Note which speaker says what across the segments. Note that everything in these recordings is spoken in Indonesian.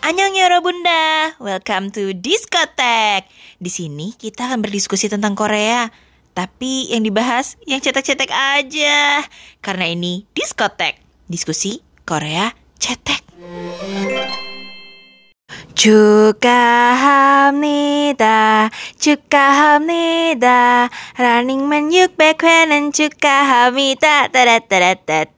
Speaker 1: Annyeong Bunda, welcome to Diskotek. Di sini kita akan berdiskusi tentang Korea, tapi yang dibahas yang cetek-cetek aja. Karena ini Diskotek, diskusi Korea cetek. 축하합니다. 축하합니다. 러닝맨 600회는 축하합니다. 따라따라따.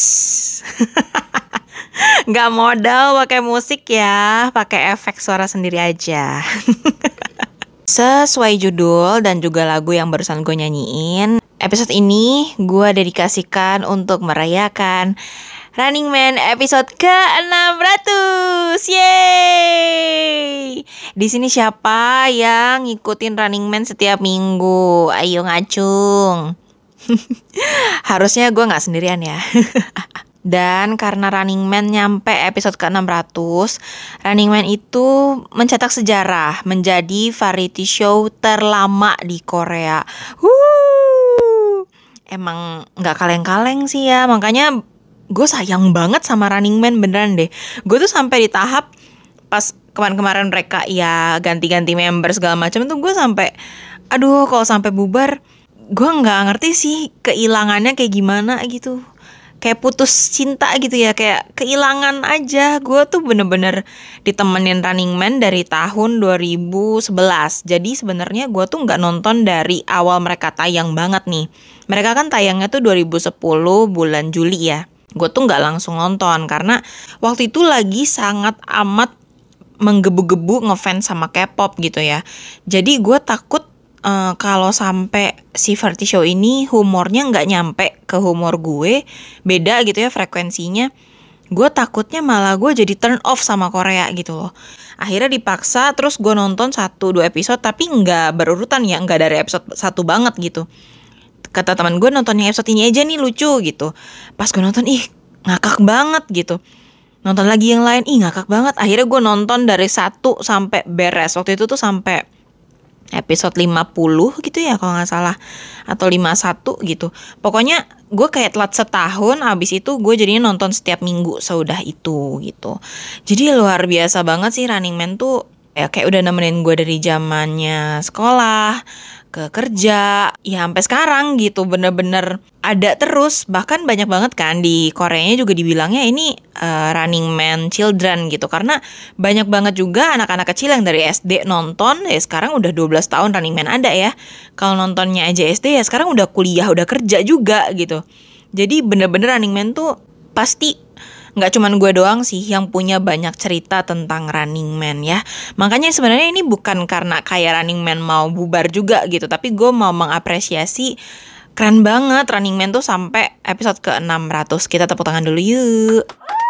Speaker 1: Nggak modal pakai musik ya, pakai efek suara sendiri aja. Sesuai judul dan juga lagu yang barusan gue nyanyiin, episode ini gue dedikasikan untuk merayakan Running Man episode ke-600. Yeay! Di sini siapa yang ngikutin Running Man setiap minggu? Ayo ngacung. Harusnya gue nggak sendirian ya. Dan karena Running Man nyampe episode ke-600, Running Man itu mencetak sejarah menjadi variety show terlama di Korea. Emang gak kaleng-kaleng sih ya, makanya gue sayang banget sama Running Man beneran deh. Gue tuh sampai di tahap pas kemarin-kemarin mereka ya ganti-ganti member segala macam tuh gue sampai, aduh kalau sampai bubar, gue gak ngerti sih keilangannya kayak gimana gitu. Kayak putus cinta gitu ya, kayak kehilangan aja. Gue tuh bener-bener ditemenin Running Man dari tahun 2011. Jadi sebenarnya gue tuh nggak nonton dari awal mereka tayang banget nih. Mereka kan tayangnya tuh 2010 bulan Juli ya. Gue tuh nggak langsung nonton karena waktu itu lagi sangat amat menggebu-gebu ngefans sama K-pop gitu ya. Jadi gue takut kalau sampai si variety show ini humornya nggak nyampe ke humor gue, beda gitu ya frekuensinya, gue takutnya malah gue jadi turn off sama Korea gitu loh. Akhirnya dipaksa terus gue nonton 1-2 episode tapi nggak berurutan ya, nggak dari episode 1 banget gitu. Kata teman gue nontonnya episode ini aja nih lucu gitu. Pas gue nonton ngakak banget gitu. Nonton lagi yang lain ngakak banget. Akhirnya gue nonton dari 1 sampai beres. Waktu itu tuh sampai episode 50 gitu ya kalau nggak salah, atau 51 gitu. Pokoknya gue kayak telat setahun, abis itu gue jadinya nonton setiap minggu seudah itu gitu. Jadi luar biasa banget sih Running Man tuh ya, kayak udah nemenin gue dari zamannya sekolah ke kerja ya sampai sekarang gitu, bener-bener ada terus. Bahkan banyak banget kan di Koreanya juga dibilangnya ini Running Man Children gitu, karena banyak banget juga anak-anak kecil yang dari SD nonton ya sekarang udah 12 tahun Running Man ada ya. Kalau nontonnya aja SD ya sekarang udah kuliah, udah kerja juga gitu. Jadi bener-bener Running Man tuh pasti nggak cuman gue doang sih yang punya banyak cerita tentang Running Man ya. Makanya sebenarnya ini bukan karena kayak Running Man mau bubar juga gitu, tapi gue mau mengapresiasi keren banget Running Man tuh sampai episode ke-600. Kita tepuk tangan dulu yuk.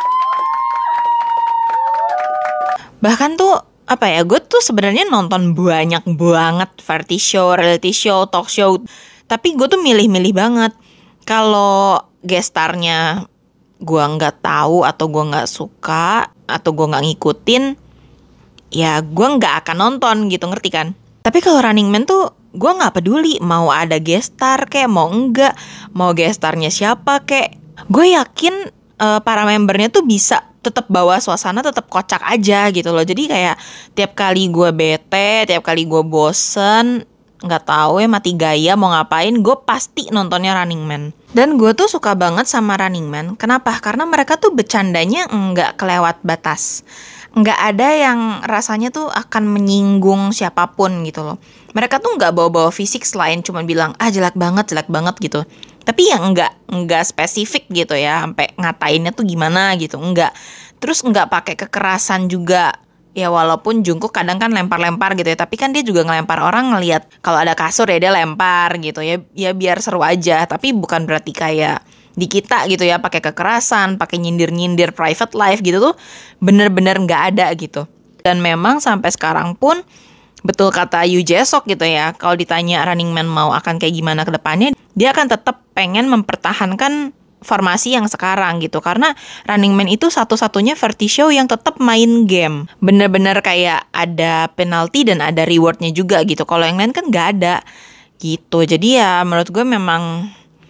Speaker 1: Bahkan tuh gue tuh sebenarnya nonton banyak banget variety show, reality show, talk show, tapi gue tuh milih-milih banget. Kalau guest starnya gue nggak tahu atau gue nggak suka atau gue nggak ngikutin, ya gue nggak akan nonton gitu, ngerti kan? Tapi kalau Running Man tuh gue nggak peduli mau ada guest star kayak mau enggak, mau guest starnya siapa kayak, gue yakin para membernya tuh bisa tetap bawa suasana, tetap kocak aja gitu loh. Jadi kayak tiap kali gue bete, tiap kali gue bosen, nggak tahu ya mati gaya mau ngapain, gue pasti nontonnya Running Man. Dan gue tuh suka banget sama Running Man. Kenapa? Karena mereka tuh bercandanya nggak kelewat batas. Nggak ada yang rasanya tuh akan menyinggung siapapun gitu loh. Mereka tuh nggak bawa-bawa fisik selain cuma bilang jelek banget gitu. Tapi yang nggak spesifik gitu ya, sampai ngatainnya tuh gimana gitu, nggak. Terus nggak pakai kekerasan juga. Ya walaupun Jungkook kadang kan lempar-lempar gitu ya, tapi kan dia juga ngelempar orang, ngelihat kalau ada kasur ya dia lempar gitu ya, ya biar seru aja. Tapi bukan berarti kayak di kita gitu ya pakai kekerasan, pakai nyindir-nyindir private life gitu tuh bener-bener nggak ada gitu. Dan memang sampai sekarang pun betul kata Yoo Jae-sok gitu ya, kalau ditanya Running Man mau akan kayak gimana ke depannya, dia akan tetap pengen mempertahankan formasi yang sekarang gitu, karena Running Man itu satu-satunya variety show yang tetap main game, bener-bener kayak ada penalti dan ada rewardnya juga gitu. Kalau yang lain kan nggak ada gitu. Jadi ya menurut gue memang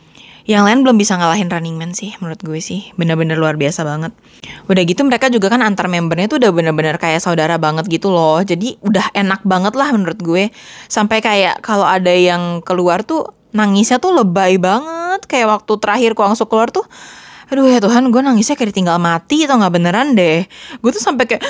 Speaker 1: Yang lain belum bisa ngalahin Running Man sih, menurut gue sih. Bener-bener luar biasa banget. Udah gitu mereka juga kan antar membernya tuh udah bener-bener kayak saudara banget gitu loh. Jadi udah enak banget lah menurut gue. Sampai kayak kalau ada yang keluar tuh nangisnya tuh lebay banget. Kayak waktu terakhir Kwang Soo keluar tuh, aduh ya Tuhan, gue nangisnya kayak ditinggal mati atau nggak beneran deh. Gue tuh sampai kayak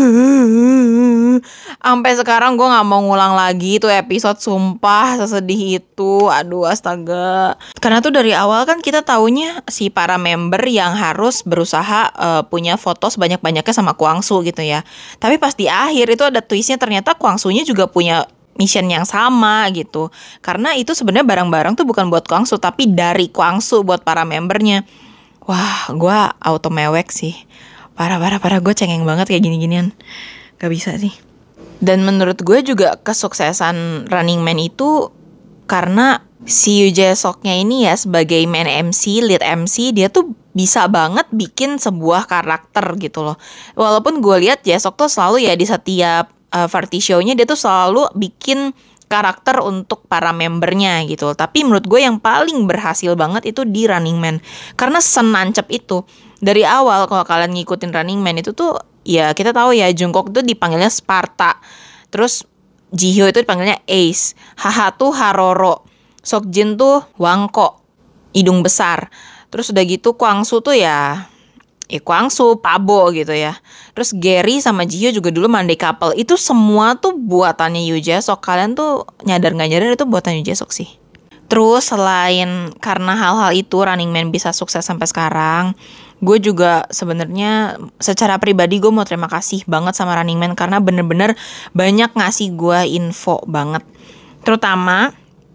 Speaker 1: sampai sekarang gue nggak mau ngulang lagi tuh episode, sumpah sesedih itu. Aduh astaga. Karena tuh dari awal kan kita taunya si para member yang harus berusaha punya foto sebanyak-banyaknya sama Kwang Soo gitu ya. Tapi pas di akhir itu ada twistnya, ternyata Kwang Soo-nya juga punya mission yang sama gitu. Karena itu sebenarnya barang-barang tuh bukan buat Kwang Soo, tapi dari Kwang Soo buat para membernya. Wah, gue auto mewek sih. Parah, gue cengeng banget kayak gini-ginian. Gak bisa sih. Dan menurut gue juga kesuksesan Running Man itu karena si Yoo Jae-suknya ini ya sebagai main MC, lead MC, dia tuh bisa banget bikin sebuah karakter gitu loh. Walaupun gue lihat Jae-suk tuh selalu ya di setiap variety show-nya dia tuh selalu bikin karakter untuk para membernya gitu. Tapi menurut gue yang paling berhasil banget itu di Running Man. Karena senancep itu. Dari awal kalau kalian ngikutin Running Man itu tuh ya kita tahu ya Jungkook tuh dipanggilnya Sparta. Terus Jihyo itu dipanggilnya Ace. Haha tuh Haroro. Seokjin tuh Wangko, hidung besar. Terus udah gitu Kwang Soo tuh ya Kwang Soo, Pabo gitu ya. Terus Gary sama Jihyo juga dulu Monday Couple. Itu semua tuh buatannya Yoo Jae-suk. Kalian tuh nyadar gak nyadar itu buatan Yoo Jae-suk sih. Terus selain karena hal-hal itu Running Man bisa sukses sampai sekarang, gue juga sebenarnya secara pribadi gue mau terima kasih banget sama Running Man karena bener-bener banyak ngasih gue info banget. Terutama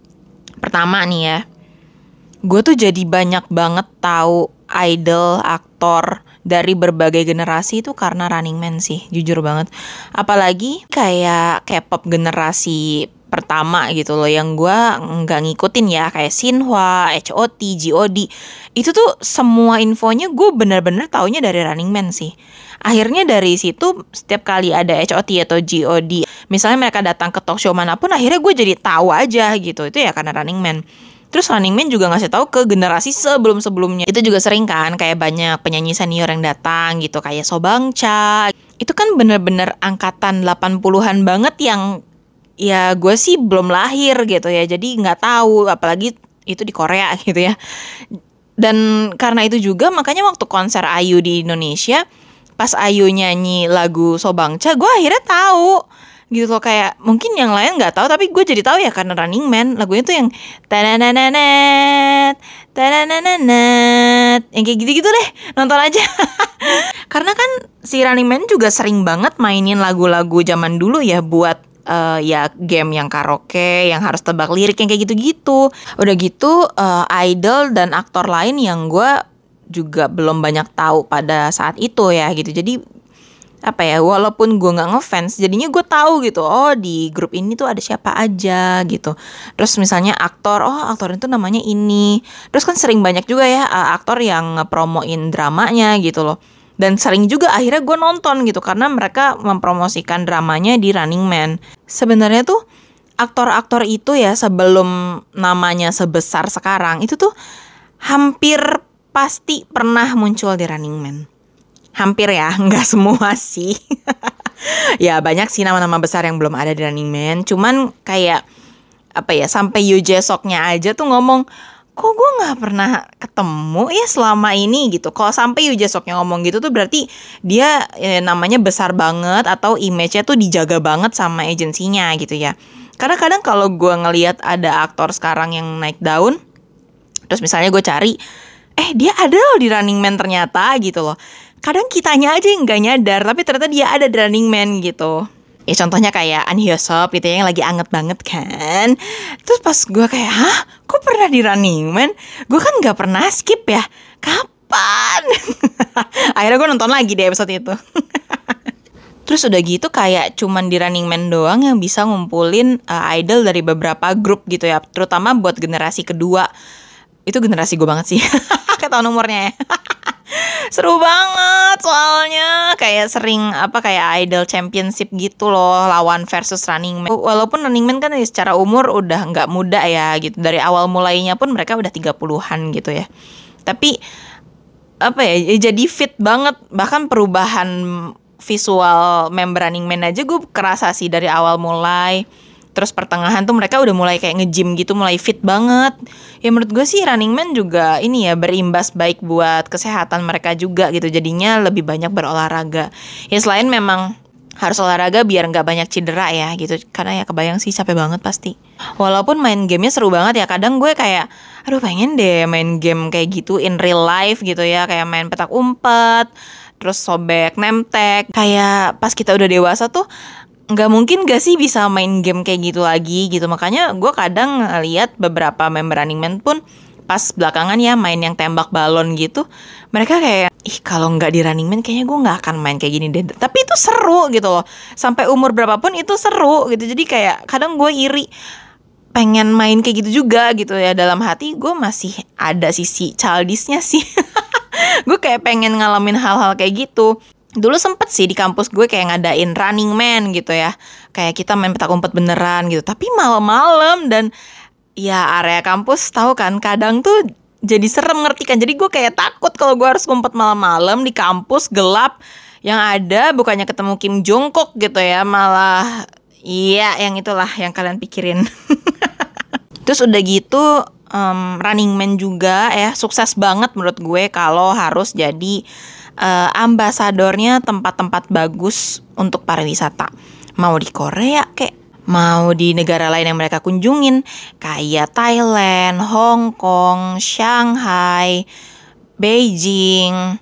Speaker 1: pertama nih ya, gue tuh jadi banyak banget tahu idol, aktor dari berbagai generasi itu karena Running Man sih, jujur banget. Apalagi kayak K-pop generasi pertama gitu loh yang gue nggak ngikutin ya, kayak Shinhwa, HOT, G.O.D. Itu tuh semua infonya gue bener-bener taunya dari Running Man sih. Akhirnya dari situ setiap kali ada HOT atau G.O.D, misalnya mereka datang ke talk show manapun, akhirnya gue jadi tahu aja gitu. Itu ya karena Running Man. Terus Running Man juga ngasih tahu ke generasi sebelum-sebelumnya. Itu juga sering kan kayak banyak penyanyi senior yang datang gitu, kayak Sobangcha. Itu kan bener-bener angkatan 80-an banget yang ya gue sih belum lahir gitu ya. Jadi nggak tahu, apalagi itu di Korea gitu ya. Dan karena itu juga makanya waktu konser IU di Indonesia, pas IU nyanyi lagu Sobangcha, gue akhirnya tahu gitu loh. Kayak mungkin yang lain nggak tahu tapi gue jadi tahu ya karena Running Man. Lagunya tuh yang tanananet tanananet yang kayak gitu-gitu deh, nonton aja. Karena kan si Running Man juga sering banget mainin lagu-lagu zaman dulu ya buat ya game yang karaoke yang harus tebak lirik yang kayak gitu-gitu. Udah gitu idol dan aktor lain yang gue juga belum banyak tahu pada saat itu ya gitu. Jadi apa ya, walaupun gue nggak ngefans, jadinya gue tahu gitu, oh di grup ini tuh ada siapa aja gitu. Terus misalnya aktor, oh aktor itu namanya ini. Terus kan sering banyak juga ya aktor yang ngepromoin dramanya gitu loh. Dan sering juga akhirnya gue nonton gitu karena mereka mempromosikan dramanya di Running Man. Sebenarnya tuh aktor-aktor itu ya sebelum namanya sebesar sekarang itu tuh hampir pasti pernah muncul di Running Man. Hampir ya, nggak semua sih. Ya banyak sih nama-nama besar yang belum ada di Running Man. Cuman kayak apa ya, sampai Yoo Jae-suknya aja tuh ngomong, kok gue nggak pernah ketemu ya selama ini gitu. Kalau sampai Yoo Jae-suknya ngomong gitu tuh berarti dia namanya besar banget atau image-nya tuh dijaga banget sama agensinya gitu ya. Karena kadang kalau gue ngelihat ada aktor sekarang yang naik daun, terus misalnya gue cari, dia ada loh di Running Man ternyata gitu loh. Kadang kitanya aja yang gak nyadar, tapi ternyata dia ada di Running Man gitu. Ya contohnya kayak An Hyo-sop gitu ya, yang lagi anget banget kan. Terus pas gue kayak, hah? Kok pernah di Running Man? Gue kan gak pernah skip ya. Kapan? Akhirnya gue nonton lagi di episode itu. Terus udah gitu kayak cuman di Running Man doang yang bisa ngumpulin idol dari beberapa grup gitu ya. Terutama buat generasi kedua. Itu generasi gue banget sih. Kayak tahun umurnya ya. Seru banget soalnya. Kayak kayak sering kayak idol championship gitu loh, lawan versus Running Man. Walaupun Running Man kan secara umur udah nggak muda ya gitu. Dari awal mulainya pun mereka udah 30-an gitu ya. Tapi jadi fit banget. Bahkan perubahan visual member Running Man aja gue kerasa sih dari awal mulai. Terus pertengahan tuh mereka udah mulai kayak nge-gym gitu, mulai fit banget. Ya menurut gue sih Running Man juga ini ya berimbas baik buat kesehatan mereka juga gitu. Jadinya lebih banyak berolahraga. Ya selain memang harus olahraga biar nggak banyak cedera ya gitu. Karena ya kebayang sih capek banget pasti. Walaupun main gamenya seru banget ya. Kadang gue kayak aduh pengen deh main game kayak gitu in real life gitu ya. Kayak main petak umpet, terus sobek nemtek. Kayak pas kita udah dewasa tuh nggak mungkin gak sih bisa main game kayak gitu lagi gitu. Makanya gue kadang lihat beberapa member Running Man pun pas belakangan ya main yang tembak balon gitu, mereka kayak kalau nggak di Running Man kayaknya gue nggak akan main kayak gini deh. Tapi itu seru gitu loh, sampai umur berapapun itu seru gitu. Jadi kayak kadang gue iri pengen main kayak gitu juga gitu ya. Dalam hati gue masih ada sisi childishnya sih. Gue kayak pengen ngalamin hal-hal kayak gitu. Dulu sempet sih di kampus gue kayak ngadain Running Man gitu ya. Kayak kita main petak umpet beneran gitu. Tapi malam-malam dan ya area kampus tahu kan kadang tuh jadi serem ngerti kan. Jadi gue kayak takut kalau gue harus ngumpet malam-malam di kampus gelap. Yang ada bukannya ketemu Kim Jong-kook gitu ya. Malah iya yang itulah yang kalian pikirin. Terus udah gitu Running Man juga ya sukses banget menurut gue kalau harus jadi ambasadornya tempat-tempat bagus untuk pariwisata. Mau di Korea kek, mau di negara lain yang mereka kunjungin, kayak Thailand, Hong Kong, Shanghai, Beijing,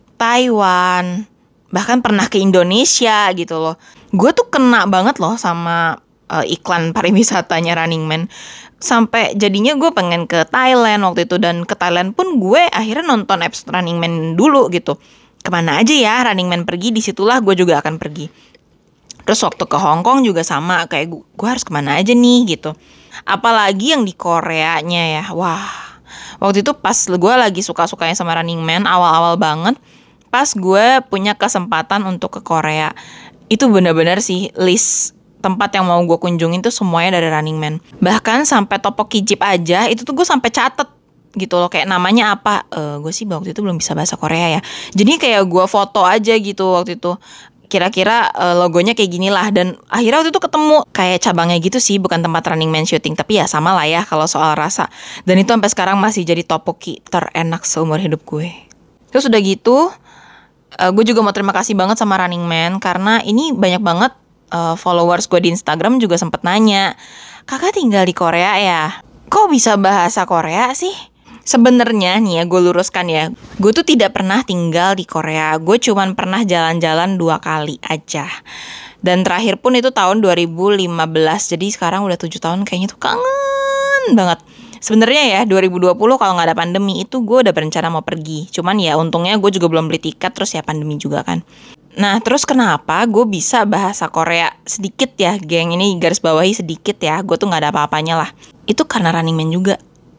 Speaker 1: Taiwan, bahkan pernah ke Indonesia gitu loh. Gue tuh kena banget loh sama iklan pariwisatanya Running Man. Sampai jadinya gue pengen ke Thailand waktu itu. Dan ke Thailand pun gue akhirnya nonton apps Running Man dulu gitu. Kemana aja ya Running Man pergi, disitulah gue juga akan pergi. Terus waktu ke Hong Kong juga sama, kayak gue harus kemana aja nih gitu. Apalagi yang di Koreanya ya, wah. Waktu itu pas gue lagi suka-sukanya sama Running Man, awal-awal banget. Pas gue punya kesempatan untuk ke Korea, itu benar-benar sih list tempat yang mau gue kunjungin tuh semuanya dari Running Man. Bahkan sampai tteokbokki aja, itu tuh gue sampai catet gitu loh, kayak namanya apa. Gue sih waktu itu belum bisa bahasa Korea ya, jadi kayak gue foto aja gitu waktu itu, kira-kira logonya kayak gini lah. Dan akhirnya waktu itu ketemu kayak cabangnya gitu sih, bukan tempat Running Man syuting, tapi ya sama lah ya kalau soal rasa. Dan itu sampai sekarang masih jadi tteokbokki terenak seumur hidup gue. Terus udah gitu gue juga mau terima kasih banget sama Running Man, karena ini banyak banget followers gue di Instagram juga sempet nanya, kakak tinggal di Korea ya, kok bisa bahasa Korea sih? Sebenarnya nih ya, gue luruskan ya, gue tuh tidak pernah tinggal di Korea. Gue cuman pernah jalan-jalan 2 kali aja. Dan terakhir pun itu tahun 2015. Jadi sekarang udah 7 tahun, kayaknya tuh kangen banget. Sebenarnya ya 2020 kalau nggak ada pandemi itu gue udah berencana mau pergi. Cuman ya untungnya gue juga belum beli tiket, terus ya pandemi juga kan. Nah terus kenapa gue bisa bahasa Korea sedikit ya geng, ini garis bawahi sedikit ya, gue tuh nggak ada apa-apanya lah. Itu karena Running Man juga.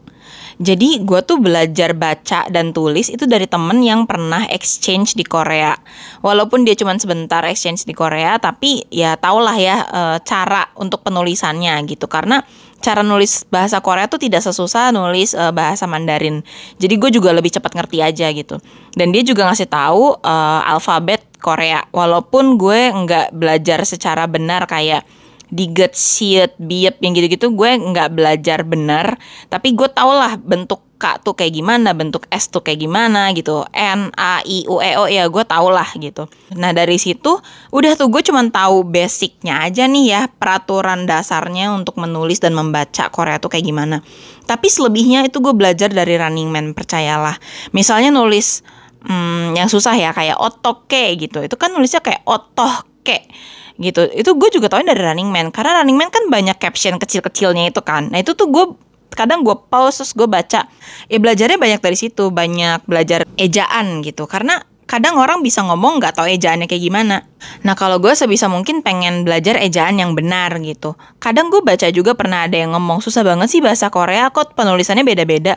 Speaker 1: Jadi gue tuh belajar baca dan tulis itu dari temen yang pernah exchange di Korea. Walaupun dia cuma sebentar exchange di Korea, tapi ya tau lah ya cara untuk penulisannya gitu. Karena cara nulis bahasa Korea tuh tidak sesusah nulis bahasa Mandarin. Jadi gue juga lebih cepat ngerti aja gitu. Dan dia juga ngasih tahu alfabet Korea. Walaupun gue nggak belajar secara benar kayak Diget, Siet, Biep yang gitu-gitu gue nggak belajar benar, tapi gue tau lah bentuk K tuh kayak gimana, bentuk S tuh kayak gimana gitu, N, A, I, U, E, O ya gue tau lah gitu. Nah dari situ udah tuh gue cuman tahu basicnya aja nih ya, peraturan dasarnya untuk menulis dan membaca Korea tuh kayak gimana. Tapi selebihnya itu gue belajar dari Running Man, percayalah. Misalnya nulis yang susah ya kayak otoke gitu, itu kan nulisnya kayak otoke gitu. Itu gue juga tauin dari Running Man, karena Running Man kan banyak caption kecil-kecilnya itu kan. Nah itu tuh gue kadang gue pause terus gue baca. Ya belajarnya banyak dari situ, banyak belajar ejaan gitu. Karena kadang orang bisa ngomong nggak tahu ejaannya kayak gimana. Nah kalau gue sebisa mungkin pengen belajar ejaan yang benar gitu. Kadang gue baca juga pernah ada yang ngomong susah banget sih bahasa Korea, kok penulisannya beda-beda.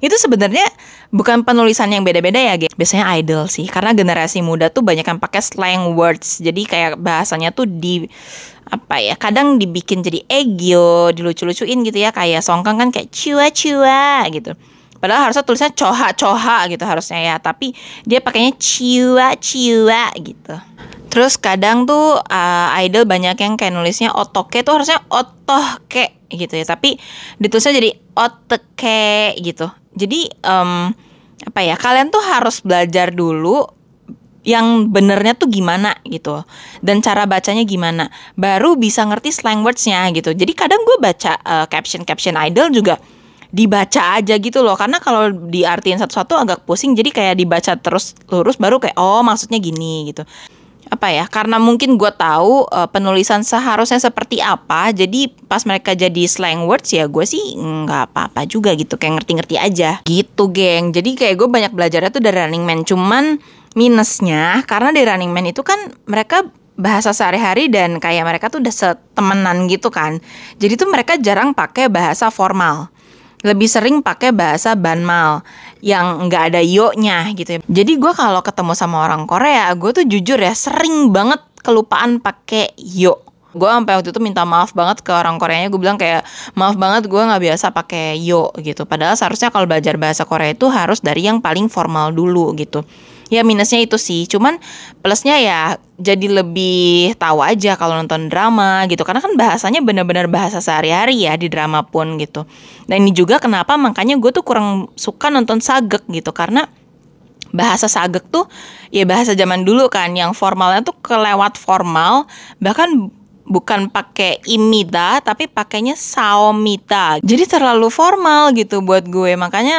Speaker 1: Itu sebenarnya bukan penulisan yang beda-beda ya, geng. Biasanya idol sih, karena generasi muda tuh banyak yang pakai slang words. Jadi kayak bahasanya tuh kadang dibikin jadi egyo, dilucu-lucuin gitu ya. Kayak Songkang kan kayak cua-cua gitu. Padahal harusnya tulisannya coha-coha gitu harusnya ya, tapi dia pakainya ciwa-ciwa gitu. Terus kadang tuh idol banyak yang kayak nulisnya otoke tuh harusnya otohke gitu ya, tapi ditulisnya jadi oteke gitu. Jadi kalian tuh harus belajar dulu yang benernya tuh gimana gitu, dan cara bacanya gimana, baru bisa ngerti slang wordsnya gitu. Jadi kadang gue baca caption idol juga dibaca aja gitu loh, karena kalau diartiin satu-satu agak pusing, jadi kayak dibaca terus lurus baru kayak oh maksudnya gini gitu. Karena mungkin gue tahu penulisan seharusnya seperti apa, jadi pas mereka jadi slang words ya gue sih nggak apa-apa juga gitu, kayak ngerti-ngerti aja gitu, geng. Jadi kayak gue banyak belajarnya tuh dari Running Man. Cuman minusnya karena di Running Man itu kan mereka bahasa sehari-hari dan kayak mereka tuh udah setemenan gitu kan, jadi tuh mereka jarang pakai bahasa formal, lebih sering pakai bahasa banmal yang nggak ada yo-nya gitu ya. Jadi gue kalau ketemu sama orang Korea, gue tuh jujur ya sering banget kelupaan pakai yo. Gue sampai waktu itu minta maaf banget ke orang Koreanya, gue bilang kayak maaf banget gue nggak biasa pakai yo gitu. Padahal seharusnya kalau belajar bahasa Korea itu harus dari yang paling formal dulu gitu. Ya minusnya itu sih, cuman plusnya ya jadi lebih tahu aja kalau nonton drama gitu, karena kan bahasanya benar-benar bahasa sehari-hari ya di drama pun gitu. Dan ini juga kenapa makanya gue tuh kurang suka nonton sagek gitu, karena bahasa sagek tuh ya bahasa zaman dulu kan, yang formalnya tuh kelewat formal, bahkan bukan pakai imida tapi pakainya saomita. Jadi terlalu formal gitu buat gue, makanya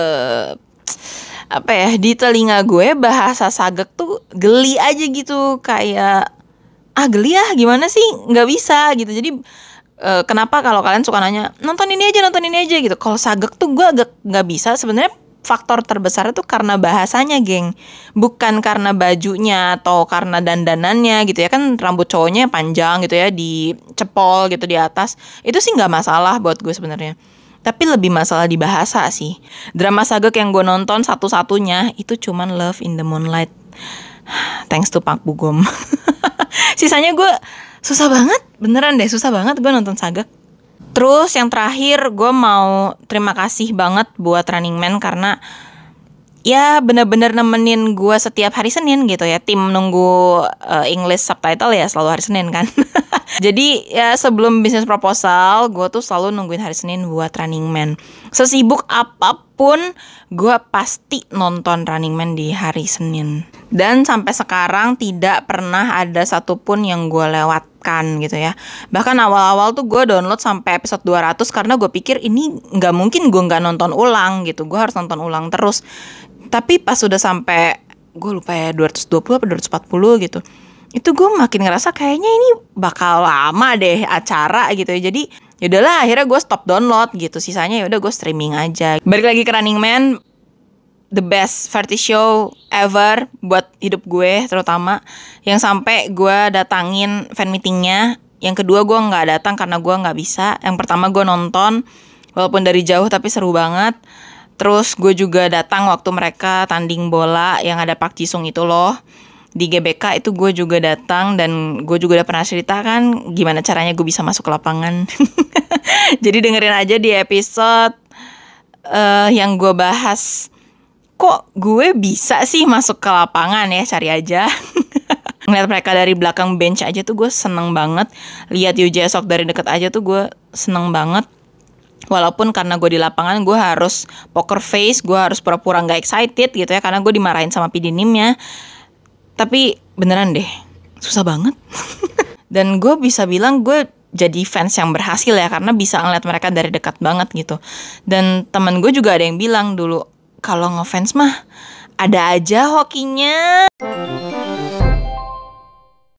Speaker 1: di telinga gue bahasa sagek tuh geli aja gitu, kayak geli gimana sih, nggak bisa gitu. Jadi kenapa kalau kalian suka nanya nonton ini aja gitu, kalau sagek tuh gue agak nggak bisa. Sebenarnya faktor terbesar itu karena bahasanya, geng, bukan karena bajunya atau karena dandanannya gitu ya. Kan rambut cowoknya panjang gitu ya, dicepol gitu di atas, itu sih nggak masalah buat gue sebenarnya. Tapi lebih masalah di bahasa sih. Drama sagek yang gue nonton satu-satunya itu cuman Love in the Moonlight. Thanks to Park Bo Gum. Sisanya gue susah banget, beneran deh susah banget gue nonton sagek. Terus yang terakhir gue mau terima kasih banget buat Running Man, karena ya bener-bener nemenin gue setiap hari Senin gitu ya. Tim nunggu English subtitle ya selalu hari Senin kan. Jadi ya sebelum bisnis proposal, gue tuh selalu nungguin hari Senin buat Running Man. Sesibuk apapun, gue pasti nonton Running Man di hari Senin. Dan sampai sekarang tidak pernah ada satupun yang gue lewatkan gitu ya. Bahkan awal-awal tuh gue download sampai episode 200 karena gue pikir ini gak mungkin gue gak nonton ulang gitu. Gue harus nonton ulang terus. Tapi pas udah sampai, gue lupa ya 220 atau 240 gitu, itu gue makin ngerasa kayaknya ini bakal lama deh acara gitu ya. Jadi yaudahlah, akhirnya gue stop download gitu. Sisanya yaudah gue streaming aja. Balik lagi ke Running Man, the best variety show ever buat hidup gue terutama. Yang sampai gue datangin fan meetingnya. Yang kedua gue nggak datang karena gue nggak bisa. Yang pertama gue nonton walaupun dari jauh tapi seru banget. Terus gue juga datang waktu mereka tanding bola yang ada Park Ji Sung itu loh di GBK, itu gue juga datang. Dan gue juga udah pernah cerita kan gimana caranya gue bisa masuk ke lapangan. Jadi dengerin aja di episode yang gue bahas kok gue bisa sih masuk ke lapangan ya, cari aja. Ngeliat mereka dari belakang bench aja tuh gue seneng banget. Lihat Yoo Jae Suk dari deket aja tuh gue seneng banget. Walaupun karena gue di lapangan gue harus poker face, gue harus pura-pura gak excited gitu ya, karena gue dimarahin sama PD-nim-nya. Tapi beneran deh, susah banget. Dan gue bisa bilang gue jadi fans yang berhasil ya, karena bisa ngeliat mereka dari dekat banget gitu. Dan temen gue juga ada yang bilang dulu, kalau ngefans mah ada aja hokinya.